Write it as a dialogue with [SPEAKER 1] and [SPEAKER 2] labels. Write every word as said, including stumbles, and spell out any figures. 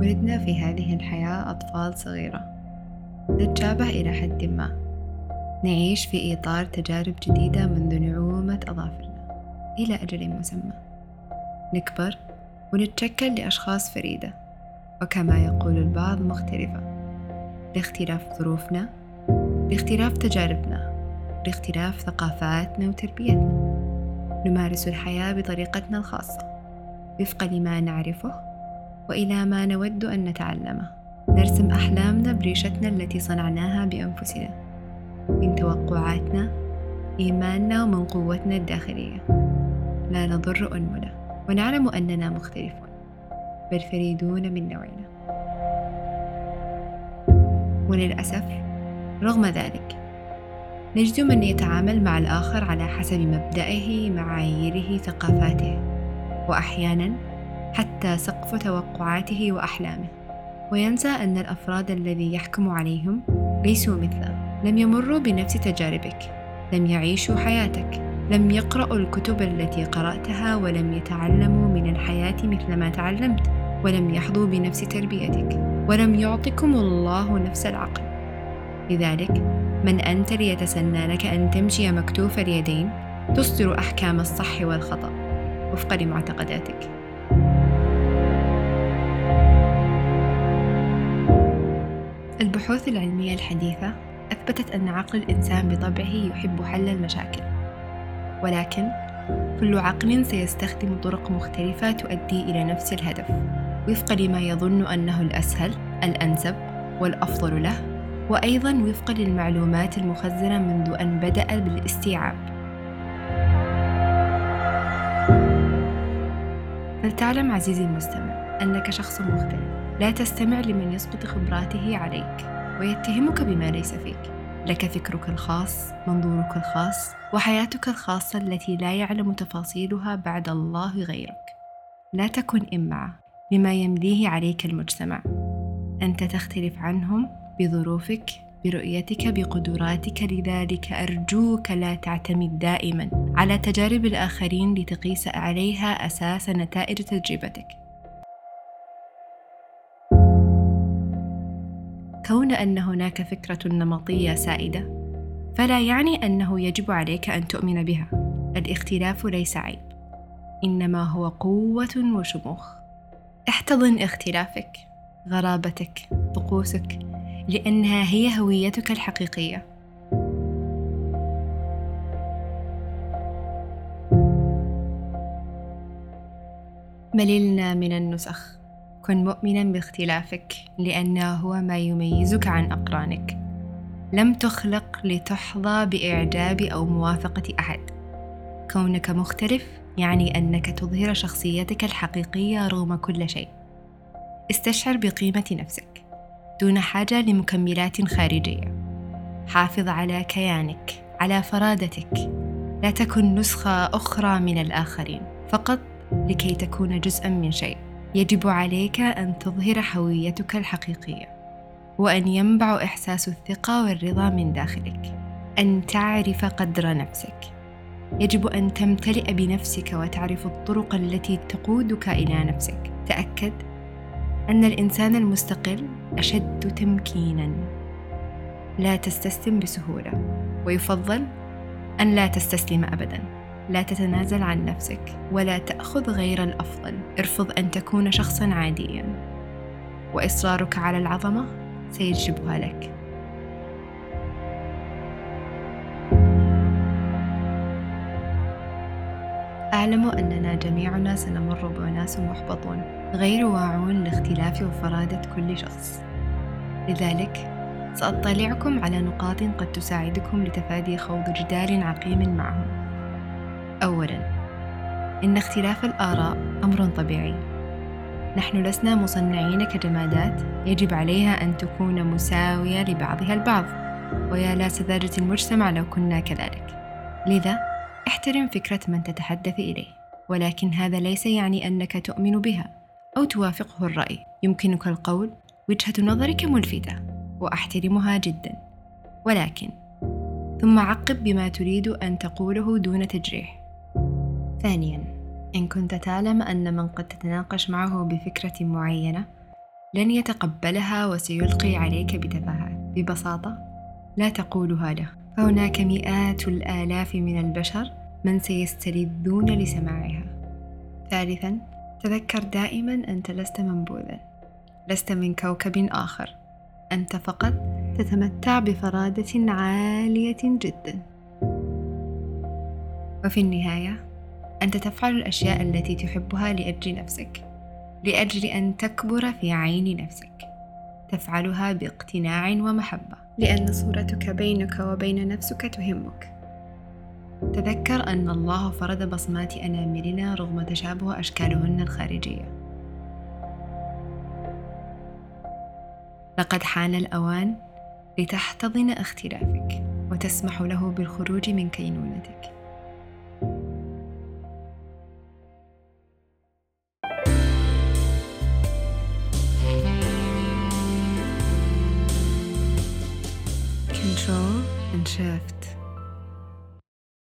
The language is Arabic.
[SPEAKER 1] ولدنا في هذه الحياة أطفال صغيرة نتشابه إلى حد ما، نعيش في إطار تجارب جديدة منذ نعومة أظافرنا إلى أجل مسمى. نكبر ونتشكل لأشخاص فريدة، وكما يقول البعض مختلفة، لاختلاف ظروفنا، لاختلاف تجاربنا، لاختلاف ثقافاتنا وتربيتنا. نمارس الحياة بطريقتنا الخاصة وفقا لما نعرفه وإلى ما نود أن نتعلمه. نرسم أحلامنا بريشتنا التي صنعناها بأنفسنا، من توقعاتنا، إيماننا ومن قوتنا الداخلية. لا نضر أنمنا، ونعلم أننا مختلفون بل فريدون من نوعنا. وللأسف رغم ذلك نجد من يتعامل مع الآخر على حسب مبدئه، معاييره، ثقافاته، وأحيانا حتى سقف توقعاته وأحلامه، وينسى أن الأفراد الذي يحكم عليهم ليسوا مثله، لم يمروا بنفس تجاربك، لم يعيشوا حياتك، لم يقرأوا الكتب التي قرأتها، ولم يتعلموا من الحياة مثل ما تعلمت، ولم يحظوا بنفس تربيتك، ولم يعطكم الله نفس العقل. لذلك من أنت ليتسنى لك أن تمشي مكتوف اليدين تصدر أحكام الصح والخطأ وفق لمعتقداتك؟ البحوث العلمية الحديثة أثبتت أن عقل الإنسان بطبعه يحب حل المشاكل، ولكن كل عقل سيستخدم طرق مختلفة تؤدي إلى نفس الهدف وفق لما يظن أنه الأسهل، الأنسب، والأفضل له، وأيضا وفق للمعلومات المخزنة منذ أن بدأ بالاستيعاب. فلتعلم عزيزي المستمع أنك شخص مختلف، لا تستمع لمن يسقط خبراته عليك ويتهمك بما ليس فيك. لك فكرك الخاص، منظورك الخاص، وحياتك الخاصة التي لا يعلم تفاصيلها بعد الله غيرك. لا تكن إمعة لما يمليه عليك المجتمع. أنت تختلف عنهم بظروفك، برؤيتك، بقدراتك. لذلك أرجوك لا تعتمد دائما على تجارب الآخرين لتقيس عليها أساس نتائج تجربتك. كون أن هناك فكرة نمطية سائدة فلا يعني أنه يجب عليك أن تؤمن بها. الاختلاف ليس عيب، إنما هو قوة وشموخ. احتضن اختلافك، غرابتك، طقوسك، لأنها هي هويتك الحقيقية. مللنا من النسخ. كن مؤمنا باختلافك، لأنه هو ما يميزك عن أقرانك. لم تخلق لتحظى بإعجاب أو موافقة أحد. كونك مختلف يعني أنك تظهر شخصيتك الحقيقية رغم كل شيء. استشعر بقيمة نفسك دون حاجة لمكملات خارجية. حافظ على كيانك، على فرادتك. لا تكن نسخة أخرى من الآخرين فقط لكي تكون جزءاً من شيء. يجب عليك أن تظهر هويتك الحقيقية، وأن ينبع إحساس الثقة والرضا من داخلك. أن تعرف قدر نفسك. يجب أن تمتلئ بنفسك وتعرف الطرق التي تقودك إلى نفسك. تأكد أن الإنسان المستقل أشد تمكيناً. لا تستسلم بسهولة، ويفضل أن لا تستسلم أبداً. لا تتنازل عن نفسك ولا تأخذ غير الأفضل. ارفض أن تكون شخصاً عادياً، وإصرارك على العظمة سيجلبها لك. أعلم أننا جميعنا سنمر بأناس محبطون غير واعون لاختلاف وفرادة كل شخص. لذلك سأطلعكم على نقاط قد تساعدكم لتفادي خوض جدال عقيم معهم. أولاً، إن اختلاف الآراء أمر طبيعي. نحن لسنا مصنعين كجمادات يجب عليها أن تكون مساوية لبعضها البعض، ويا لا سذاجة المجتمع لو كنا كذلك. لذا احترم فكرة من تتحدث إليه، ولكن هذا ليس يعني أنك تؤمن بها أو توافقه الرأي. يمكنك القول وجهة نظرك ملفتة وأحترمها جدا، ولكن ثم عقب بما تريد أن تقوله دون تجريح. ثانياً، إن كنت تعلم أن من قد تتناقش معه بفكرة معينة لن يتقبلها وسيلقي عليك بتفاهات. ببساطة لا تقولها له، فهناك مئات الآلاف من البشر من سيستلذون لسماعها. ثالثاً، تذكر دائماً أنت لست منبوذاً، لست من كوكب آخر، أنت فقط تتمتع بفرادة عالية جداً. وفي النهاية أنت تفعل الأشياء التي تحبها لأجل نفسك، لأجل أن تكبر في عين نفسك. تفعلها باقتناع ومحبة، لأن صورتك بينك وبين نفسك تهمك. تذكر أن الله فرض بصمات أناملنا رغم تشابه أشكالهن الخارجية. لقد حان الأوان لتحتضن اختلافك وتسمح له بالخروج من كينونتك. Control and shift.